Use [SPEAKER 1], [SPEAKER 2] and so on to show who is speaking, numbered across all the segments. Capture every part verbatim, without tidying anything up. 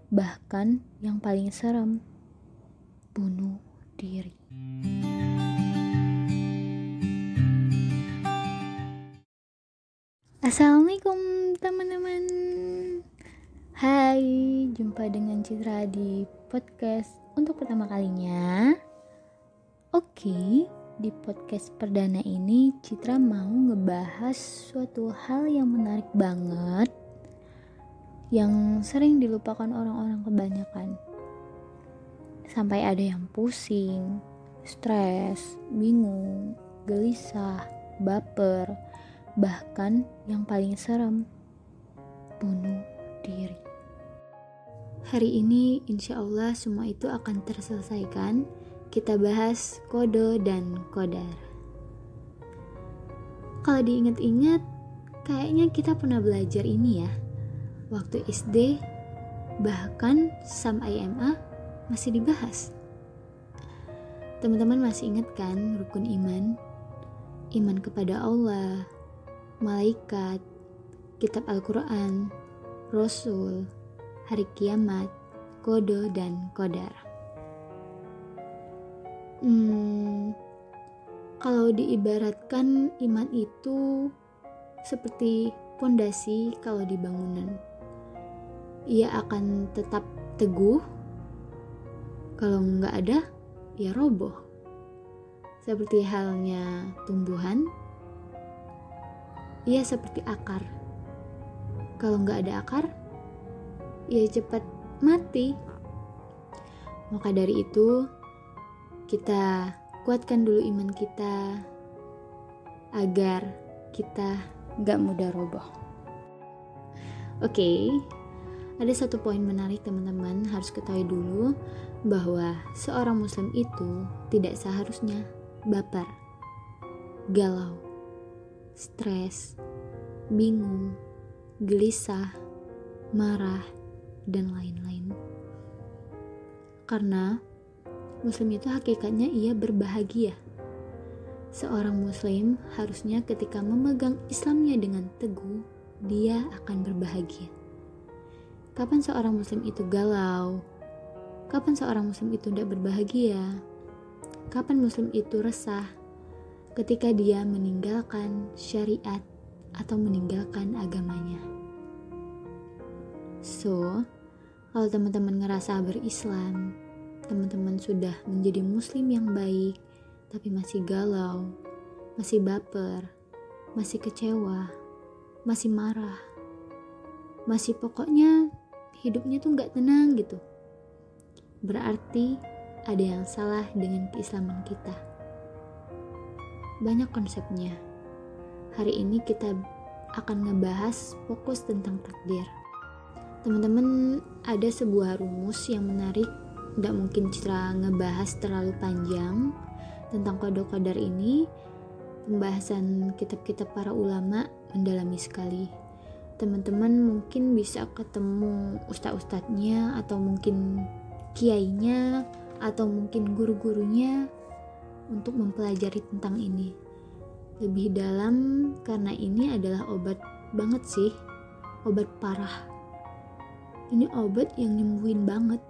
[SPEAKER 1] bahkan yang paling serem, bunuh diri. Assalamualaikum teman-teman. Hai, jumpa dengan Citra di podcast untuk pertama kalinya. Oke, di podcast perdana ini Citra mau ngebahas suatu hal yang menarik banget, yang sering dilupakan orang-orang kebanyakan. Sampai ada yang pusing, stres, bingung, gelisah, baper, bahkan yang paling serem, bunuh diri. Hari ini insya Allah semua itu akan terselesaikan. Kita bahas kode dan kodar. Kalau diingat-ingat, kayaknya kita pernah belajar ini ya waktu S D, bahkan sampai S M A masih dibahas. Teman-teman masih ingat kan rukun iman? Iman kepada Allah, malaikat, kitab Al-Quran, Rasul, hari kiamat, kode dan kodar. Hmm, kalau diibaratkan iman itu seperti pondasi kalau di bangunan. Ia akan tetap teguh, kalau nggak ada, ya roboh. Seperti halnya tumbuhan, ia seperti akar. Kalau nggak ada akar, ia cepat mati. Maka dari itu, kita kuatkan dulu iman kita agar kita nggak mudah roboh. Oke, okay. Ada satu poin menarik teman-teman harus ketahui dulu, bahwa seorang muslim itu tidak seharusnya baper, galau, stres, bingung, gelisah, marah, dan lain-lain. Karena muslim itu hakikatnya ia berbahagia. Seorang muslim harusnya ketika memegang Islamnya dengan teguh, dia akan berbahagia. Kapan seorang muslim itu galau? Kapan seorang muslim itu tidak berbahagia? Kapan muslim itu resah? Ketika dia meninggalkan syariat atau meninggalkan agamanya. So, kalau teman-teman ngerasa berislam, teman-teman sudah menjadi muslim yang baik, tapi masih galau, masih baper, masih kecewa, masih marah, masih pokoknya hidupnya tuh gak tenang gitu, berarti ada yang salah dengan keislaman kita. Banyak konsepnya. Hari ini kita akan ngebahas fokus tentang takdir. Teman-teman, ada sebuah rumus yang menarik, gak mungkin Citra ngebahas terlalu panjang tentang kode-kodar ini. Pembahasan kitab-kitab para ulama mendalami sekali. Teman-teman mungkin bisa ketemu ustaz-ustaznya, atau mungkin kiainya, atau mungkin guru-gurunya untuk mempelajari tentang ini lebih dalam, karena ini adalah obat banget sih, obat parah. Ini obat yang nyembuhin banget.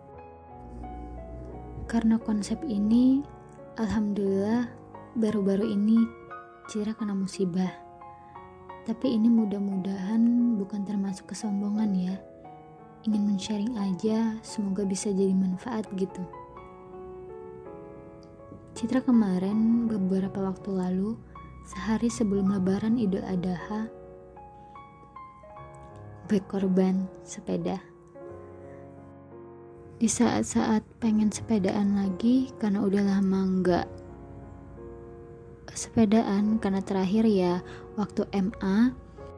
[SPEAKER 1] Karena konsep ini, alhamdulillah baru-baru ini Cira kena musibah. Tapi ini mudah-mudahan bukan termasuk kesombongan ya. Ingin men-sharing aja, semoga bisa jadi manfaat gitu. Citra kemarin beberapa waktu lalu, sehari sebelum lebaran Idul Adha, berkorban sepeda. Di saat-saat pengen sepedaan lagi, karena udah lama nggak sepedaan, karena terakhir ya waktu M A.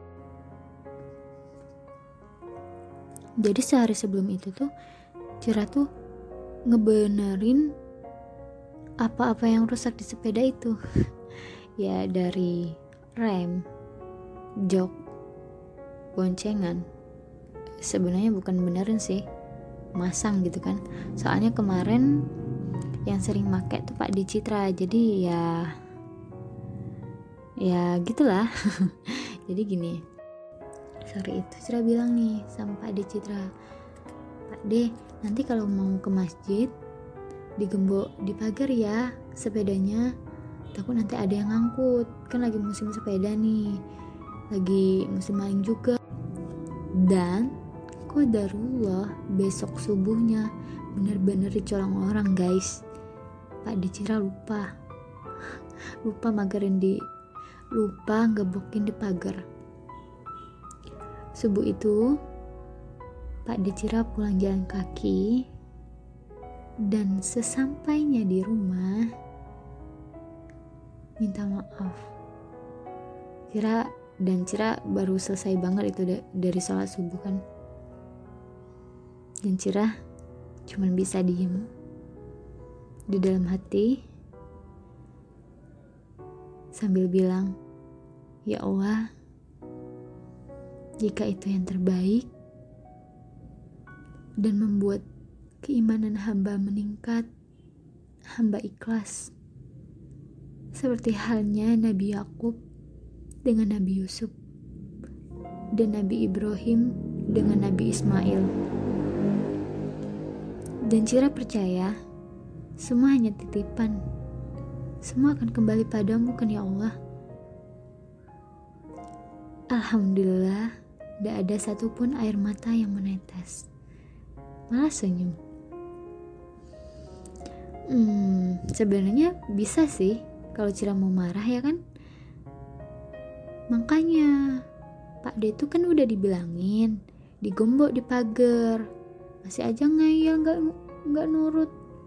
[SPEAKER 1] Jadi sehari sebelum itu tuh Cira tuh ngebenerin apa-apa yang rusak di sepeda itu. Ya dari rem, jok, boncengan. Sebenarnya bukan benerin sih, masang gitu kan. Soalnya kemarin yang sering make tuh Pak di Citra, jadi ya ya gitulah. Jadi gini, sore itu Citra bilang nih sama Pak di Citra, Pak Deh, nanti kalau mau ke masjid digembok di pagar ya sepedanya, takut nanti ada yang ngangkut, kan lagi musim sepeda nih, lagi musim maling juga. Dan qadarullah besok subuhnya bener-bener dicolong orang guys. Pak Dicira lupa lupa magerin di lupa ngebokin di pagar. Subuh itu Pak Dicira pulang jalan kaki, dan sesampainya di rumah minta maaf. Cira dan Cira baru selesai banget itu dari sholat subuh kan, dan Cira cuman bisa diem di dalam hati sambil bilang, ya Allah, jika itu yang terbaik dan membuat keimanan hamba meningkat, hamba ikhlas. Seperti halnya Nabi Yakub dengan Nabi Yusuf, dan Nabi Ibrahim dengan Nabi Ismail. Dan Cira percaya semua hanya titipan, semua akan kembali padamu kan ya Allah. Alhamdulillah, tidak ada satupun air mata yang menetes, malah senyum. Hmm, sebenarnya bisa sih kalau Cira mau marah ya kan. Makanya Pak D itu kan udah dibilangin digombok di pagar, masih aja ngeyel, nggak nggak nurut.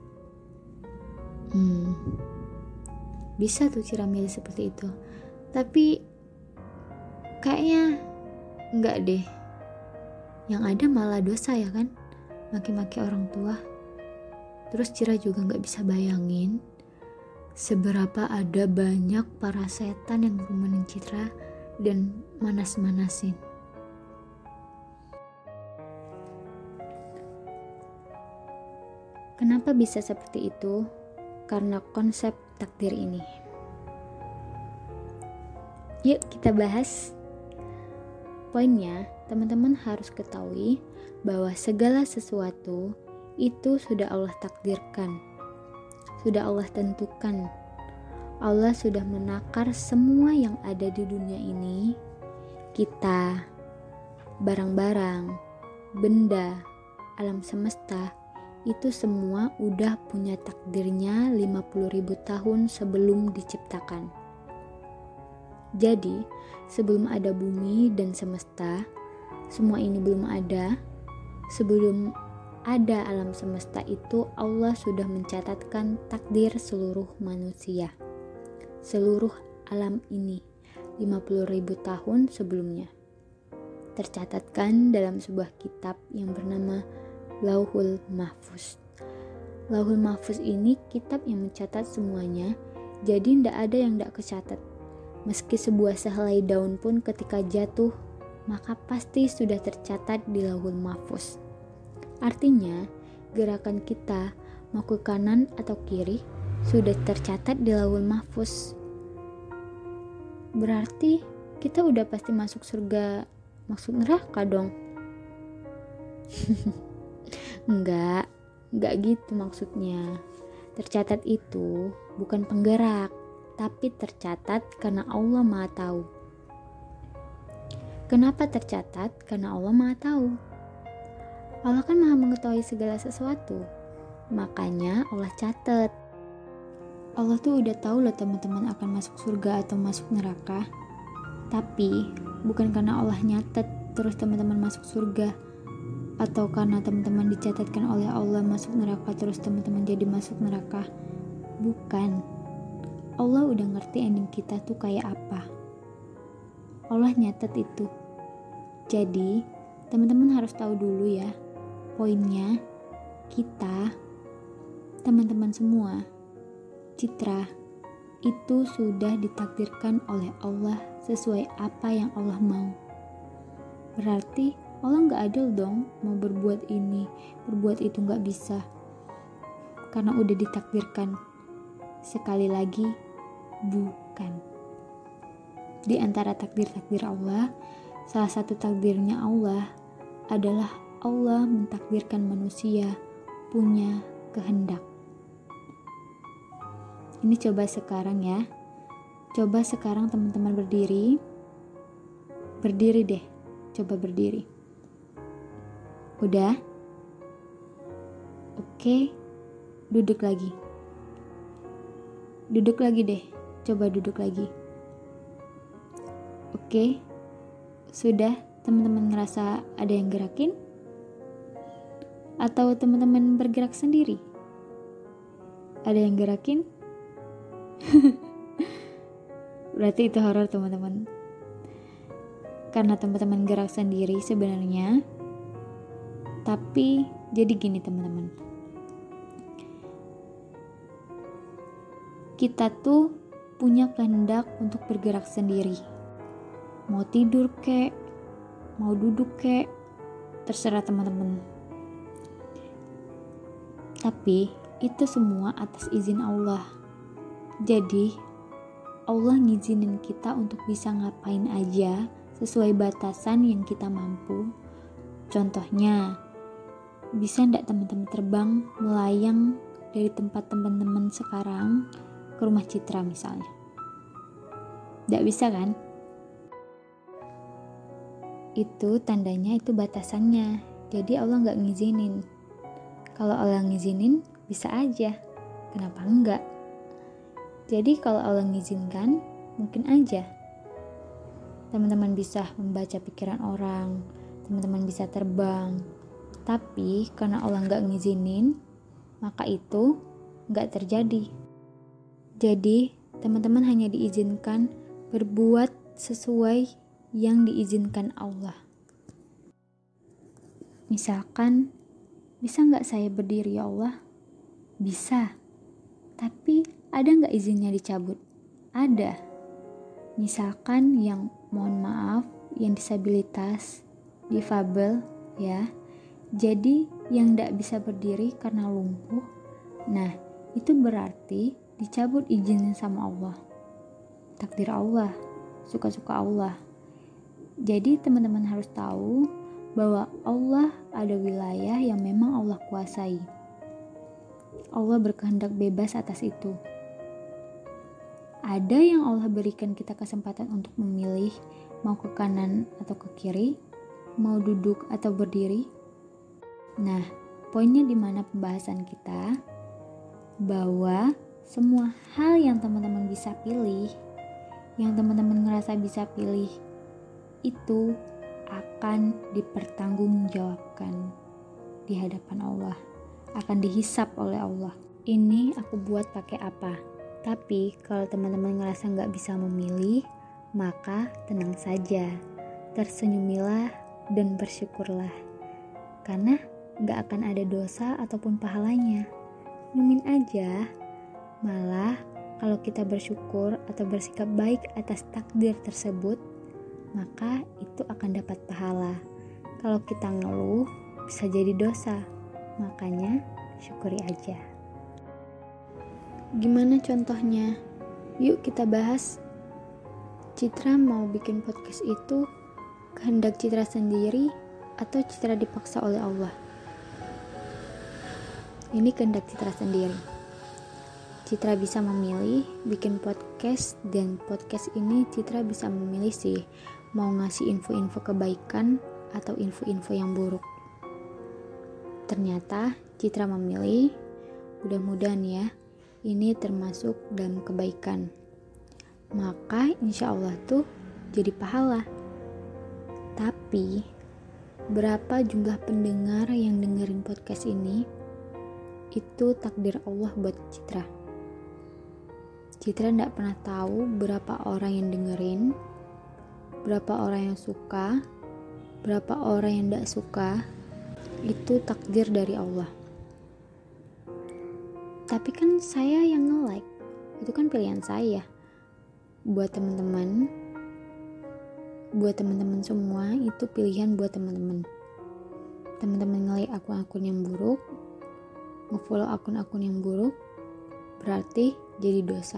[SPEAKER 1] Hmm, bisa tuh Cira milih seperti itu, tapi kayaknya nggak deh. Yang ada malah dosa ya kan, maki-maki orang tua. Terus Cira juga nggak bisa bayangin seberapa ada banyak para setan yang ngerumunin Cira dan manas-manasin. Kenapa bisa seperti itu? Karena konsep takdir ini. Yuk kita bahas. Poinnya, teman-teman harus ketahui bahwa segala sesuatu itu sudah Allah takdirkan, sudah Allah tentukan. Allah sudah menakar semua yang ada di dunia ini. Kita, barang-barang, benda, alam semesta, itu semua udah punya takdirnya lima puluh ribu tahun sebelum diciptakan. Jadi, sebelum ada bumi dan semesta, semua ini belum ada. Sebelum ada alam semesta itu, Allah sudah mencatatkan takdir seluruh manusia, seluruh alam ini lima puluh ribu tahun sebelumnya. Tercatatkan dalam sebuah kitab yang bernama Lauhul Mahfuz. Lauhul Mahfuz ini kitab yang mencatat semuanya, jadi tidak ada yang tidak kecatat. Meski sebuah sehelai daun pun ketika jatuh, maka pasti sudah tercatat di Lauhul Mahfuz. Artinya, gerakan kita mau ke kanan atau kiri sudah tercatat di Lauhul Mahfuz. Berarti kita udah pasti masuk surga, masuk neraka dong. Enggak, enggak gitu maksudnya. Tercatat itu bukan penggerak, tapi tercatat karena Allah Maha Tahu. Kenapa tercatat? Karena Allah Maha Tahu. Allah kan Maha mengetahui segala sesuatu, makanya Allah catat. Allah tuh udah tahu loh teman-teman akan masuk surga atau masuk neraka. Tapi bukan karena Allah nyatet terus teman-teman masuk surga, atau karena teman-teman dicatatkan oleh Allah masuk neraka terus teman-teman jadi masuk neraka. Bukan. Allah udah ngerti ending kita tuh kayak apa. Allah nyatet itu. Jadi teman-teman harus tahu dulu ya. Poinnya, kita, teman-teman semua, Citra, itu sudah ditakdirkan oleh Allah sesuai apa yang Allah mau. Berarti Allah gak adil dong mau berbuat ini, berbuat itu gak bisa. Karena udah ditakdirkan. Sekali lagi, bukan. Di antara takdir-takdir Allah, salah satu takdirnya Allah adalah Allah mentakdirkan manusia punya kehendak. Ini coba sekarang ya. Coba sekarang teman-teman berdiri. Berdiri deh. Coba berdiri. Udah? Oke. Duduk lagi. Duduk lagi deh. Coba duduk lagi. Oke. Sudah teman-teman ngerasa ada yang gerakin? Atau teman-teman bergerak sendiri? Ada yang gerakin? Berarti itu horor teman-teman. Karena teman-teman gerak sendiri sebenarnya. Tapi jadi gini teman-teman. Kita tuh punya kehendak untuk bergerak sendiri. Mau tidur kek, mau duduk kek, terserah teman-teman. Tapi itu semua atas izin Allah. Jadi Allah ngizinin kita untuk bisa ngapain aja sesuai batasan yang kita mampu. Contohnya, bisa ndak teman-teman terbang melayang dari tempat teman-teman sekarang ke rumah Citra misalnya? Ndak bisa kan? Itu tandanya itu batasannya. Jadi Allah nggak ngizinin. Kalau Allah ngizinin bisa aja. Kenapa enggak? Jadi kalau Allah ngizinkan mungkin aja. Teman-teman bisa membaca pikiran orang, teman-teman bisa terbang. Tapi karena Allah nggak ngizinin, maka itu nggak terjadi. Jadi teman-teman hanya diizinkan berbuat sesuai yang diizinkan Allah. Misalkan, bisa nggak saya berdiri ya Allah? Bisa. Tapi ada nggak izinnya dicabut? Ada. Misalkan yang mohon maaf, yang disabilitas, difabel, ya. Jadi yang nggak bisa berdiri karena lumpuh. Nah, itu berarti dicabut izinnya sama Allah. Takdir Allah, suka-suka Allah. Jadi teman-teman harus tahu bahwa Allah ada wilayah yang memang Allah kuasai. Allah berkehendak bebas atas itu. Ada yang Allah berikan kita kesempatan untuk memilih mau ke kanan atau ke kiri, mau duduk atau berdiri. Nah, poinnya di mana pembahasan kita bahwa semua hal yang teman-teman bisa pilih, yang teman-teman ngerasa bisa pilih, itu akan dipertanggungjawabkan di hadapan Allah, akan dihisap oleh Allah. Ini aku buat pakai apa? Tapi kalau teman-teman ngerasa nggak bisa memilih, maka tenang saja, tersenyumilah dan bersyukurlah, karena nggak akan ada dosa ataupun pahalanya. Senyumin aja. Malah kalau kita bersyukur atau bersikap baik atas takdir tersebut, maka itu akan dapat pahala. Kalau kita ngeluh, bisa jadi dosa. Makanya syukuri aja. Gimana contohnya? Yuk kita bahas. Citra mau bikin podcast itu kehendak Citra sendiri atau Citra dipaksa oleh Allah? Ini kehendak Citra sendiri. Citra bisa memilih bikin podcast, dan podcast ini Citra bisa memilih sih mau ngasih info-info kebaikan atau info-info yang buruk. Ternyata Citra memilih, mudah-mudahan ya, ini termasuk dalam kebaikan. Maka insya Allah tuh jadi pahala. Tapi berapa jumlah pendengar yang dengerin podcast ini, itu takdir Allah buat Citra. Citra gak pernah tahu berapa orang yang dengerin, berapa orang yang suka, berapa orang yang gak suka. Itu takdir dari Allah. Tapi kan saya yang nge-like, itu kan pilihan saya. Buat teman-teman, buat teman-teman semua, itu pilihan buat teman-teman. Teman-teman nge-like akun-akun yang buruk, nge-follow akun-akun yang buruk, berarti jadi dosa.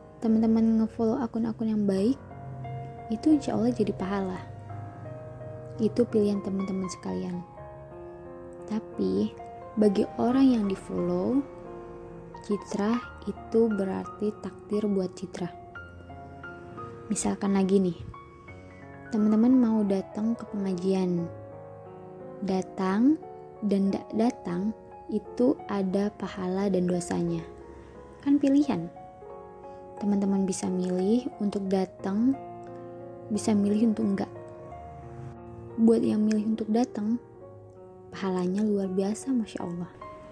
[SPEAKER 1] Teman-teman nge-follow akun-akun yang baik, itu insya Allah jadi pahala. Itu pilihan teman-teman sekalian. Tapi bagi orang yang di follow, Citra itu berarti takdir buat Citra. Misalkan lagi nih, teman-teman mau datang ke pengajian. Datang dan tidak datang itu ada pahala dan dosanya. Kan pilihan. Teman-teman bisa milih untuk datang, bisa milih untuk enggak. Buat yang milih untuk datang, pahalanya luar biasa, Masya Allah.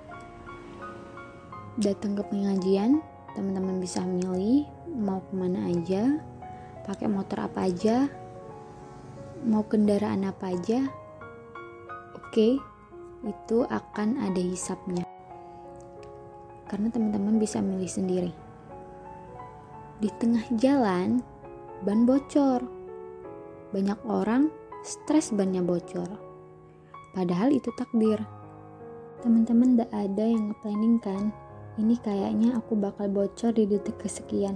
[SPEAKER 1] Datang ke pengajian, teman-teman bisa milih mau kemana aja, pakai motor apa aja, mau kendaraan apa aja. Oke, itu akan ada hisapnya. Karena teman-teman bisa milih sendiri. Di tengah jalan, ban bocor. Banyak orang stres bannya bocor. Padahal itu takdir. Teman-teman gak ada yang nge-planning kan, ini kayaknya aku bakal bocor di detik kesekian.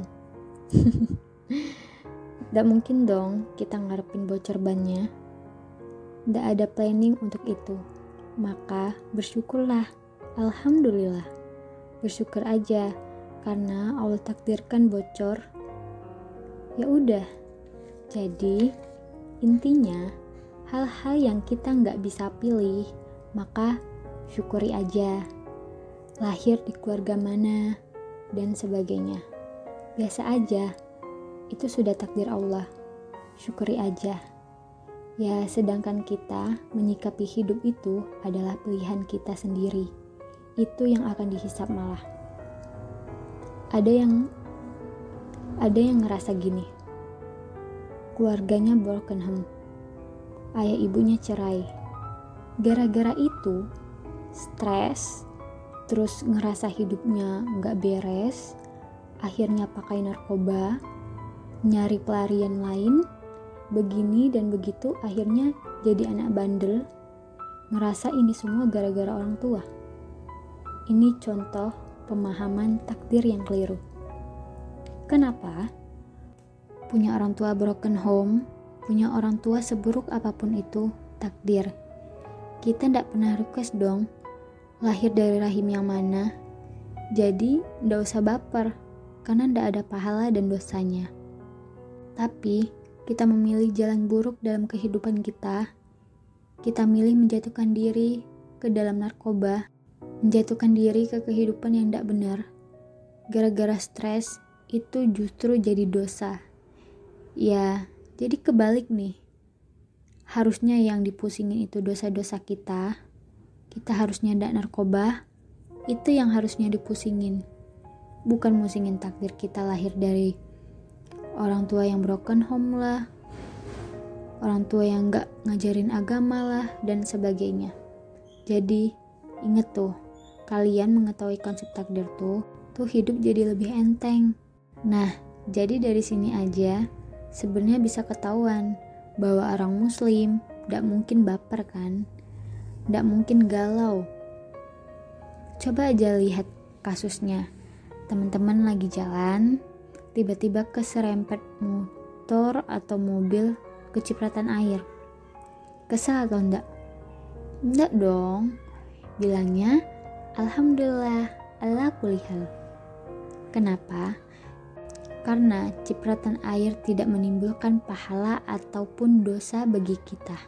[SPEAKER 1] Gak mungkin dong kita ngarepin bocor bannya. Gak ada planning untuk itu. Maka bersyukurlah. Alhamdulillah. Bersyukur aja karena Allah takdirkan bocor. Ya udah. Jadi intinya, hal-hal yang kita nggak bisa pilih, maka syukuri aja. Lahir di keluarga mana, dan sebagainya. Biasa aja, itu sudah takdir Allah. Syukuri aja. Ya, sedangkan kita menyikapi hidup itu adalah pilihan kita sendiri. Itu yang akan dihisap malah. Ada yang ada yang ngerasa gini. Keluarganya broken home, ayah ibunya cerai. Gara-gara itu, stres, terus ngerasa hidupnya gak beres, akhirnya pakai narkoba, nyari pelarian lain, begini dan begitu, akhirnya jadi anak bandel, ngerasa ini semua gara-gara orang tua. Ini contoh pemahaman takdir yang keliru. Kenapa? Punya orang tua broken home, punya orang tua seburuk apapun itu, takdir. Kita ndak pernah request dong, lahir dari rahim yang mana. Jadi, ndak usah baper, karena ndak ada pahala dan dosanya. Tapi, kita memilih jalan buruk dalam kehidupan kita. Kita milih menjatuhkan diri ke dalam narkoba, menjatuhkan diri ke kehidupan yang ndak benar. Gara-gara stres, itu justru jadi dosa. Ya, jadi kebalik nih. Harusnya yang dipusingin itu dosa-dosa kita. Kita harusnya ndak narkoba. Itu yang harusnya dipusingin. Bukan musingin takdir kita lahir dari orang tua yang broken home lah. Orang tua yang gak ngajarin agama lah, dan sebagainya. Jadi, inget tuh. Kalian mengetahui konsep takdir tuh, tuh hidup jadi lebih enteng. Nah, jadi dari sini aja, sebenarnya bisa ketahuan bahwa orang muslim gak mungkin baper kan, gak mungkin galau. Coba aja lihat kasusnya, teman-teman lagi jalan, tiba-tiba keserempet motor atau mobil, kecipratan air. Kesal atau enggak? Enggak dong. Bilangnya, Alhamdulillah, ala kulli hal. Kenapa? Karena cipratan air tidak menimbulkan pahala ataupun dosa bagi kita.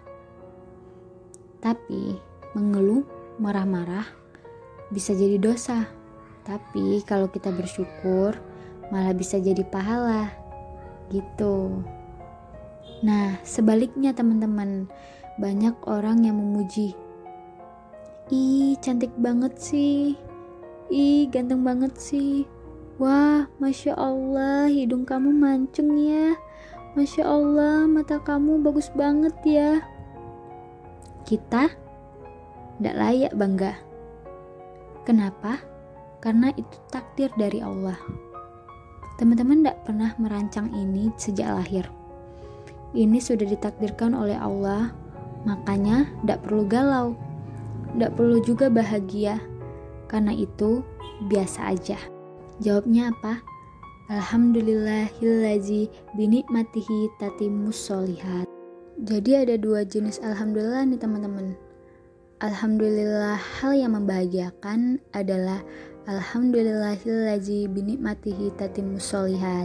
[SPEAKER 1] Tapi mengeluh, marah-marah bisa jadi dosa. Tapi kalau kita bersyukur malah bisa jadi pahala. Gitu. Nah, sebaliknya teman-teman, banyak orang yang memuji. Ih, cantik banget sih. Ih, ganteng banget sih. Wah, Masya Allah, hidung kamu mancung ya. Masya Allah, mata kamu bagus banget ya. Kita tidak layak bangga. Kenapa? Karena itu takdir dari Allah. Teman-teman tidak pernah merancang ini sejak lahir. Ini sudah ditakdirkan oleh Allah, makanya tidak perlu galau. Tidak perlu juga bahagia. Karena itu biasa aja. Jawabnya apa? Alhamdulillahillazi binikmatihi tatimmus sholihat. Jadi ada dua jenis alhamdulillah nih teman-teman. Alhamdulillah hal yang membahagiakan adalah alhamdulillahillazi binikmatihi tatimmus sholihat.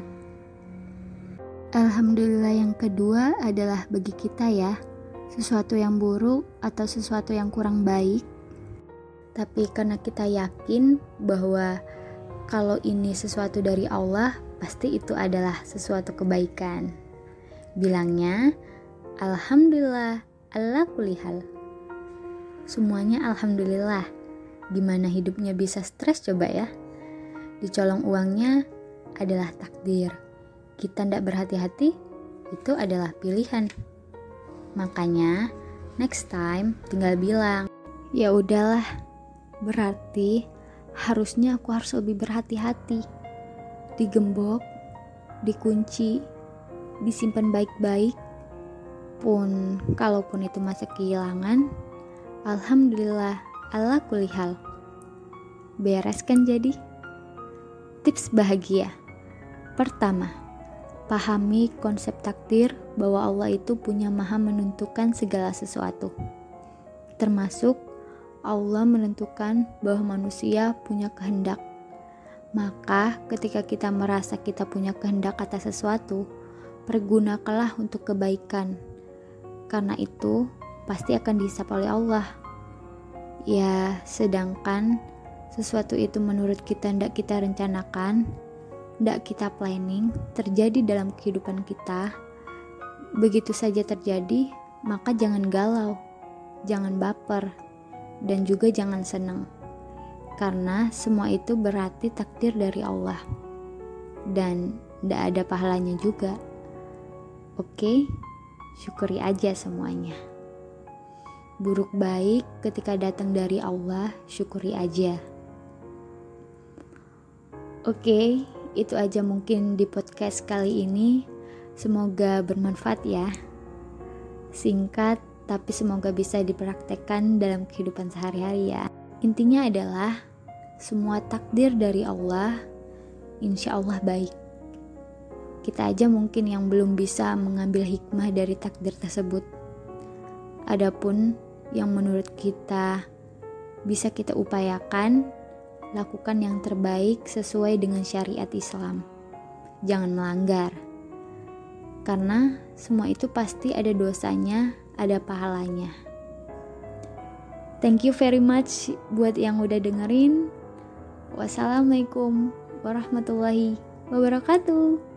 [SPEAKER 1] Alhamdulillah yang kedua adalah bagi kita ya, sesuatu yang buruk atau sesuatu yang kurang baik, tapi karena kita yakin bahwa kalau ini sesuatu dari Allah, pasti itu adalah sesuatu kebaikan. Bilangnya, alhamdulillah ala kulli hal. Semuanya alhamdulillah. Gimana hidupnya bisa stres coba ya? Dicolong uangnya adalah takdir. Kita tidak berhati-hati, itu adalah pilihan. Makanya, next time tinggal bilang, ya udahlah, berarti harusnya aku harus lebih berhati-hati. Digembok, dikunci, disimpan baik-baik, pun kalaupun itu masih kehilangan, alhamdulillah ala kulli hal. Beres kan jadi? Tips bahagia. Pertama, pahami konsep takdir bahwa Allah itu punya maha menentukan segala sesuatu. Termasuk Allah menentukan bahwa manusia punya kehendak. Maka ketika kita merasa kita punya kehendak atas sesuatu, pergunakanlah untuk kebaikan. Karena itu pasti akan dihisap oleh Allah. Ya, sedangkan sesuatu itu menurut kita tidak kita rencanakan, tidak kita planning, terjadi dalam kehidupan kita, begitu saja terjadi, maka jangan galau, jangan baper, dan juga jangan senang. Karena semua itu berarti takdir dari Allah. Dan tidak ada pahalanya juga. Oke, syukuri aja semuanya. Buruk baik ketika datang dari Allah, syukuri aja. Oke, itu aja mungkin di podcast kali ini. Semoga bermanfaat ya. Singkat, tapi semoga bisa dipraktekkan dalam kehidupan sehari-hari ya. Intinya adalah semua takdir dari Allah, insya Allah baik. Kita aja mungkin yang belum bisa mengambil hikmah dari takdir tersebut. Adapun yang menurut kita bisa kita upayakan, lakukan yang terbaik sesuai dengan syariat Islam. Jangan melanggar. Karena semua itu pasti ada dosanya, ada pahalanya. Thank you very much buat yang udah dengerin. Wassalamualaikum warahmatullahi wabarakatuh.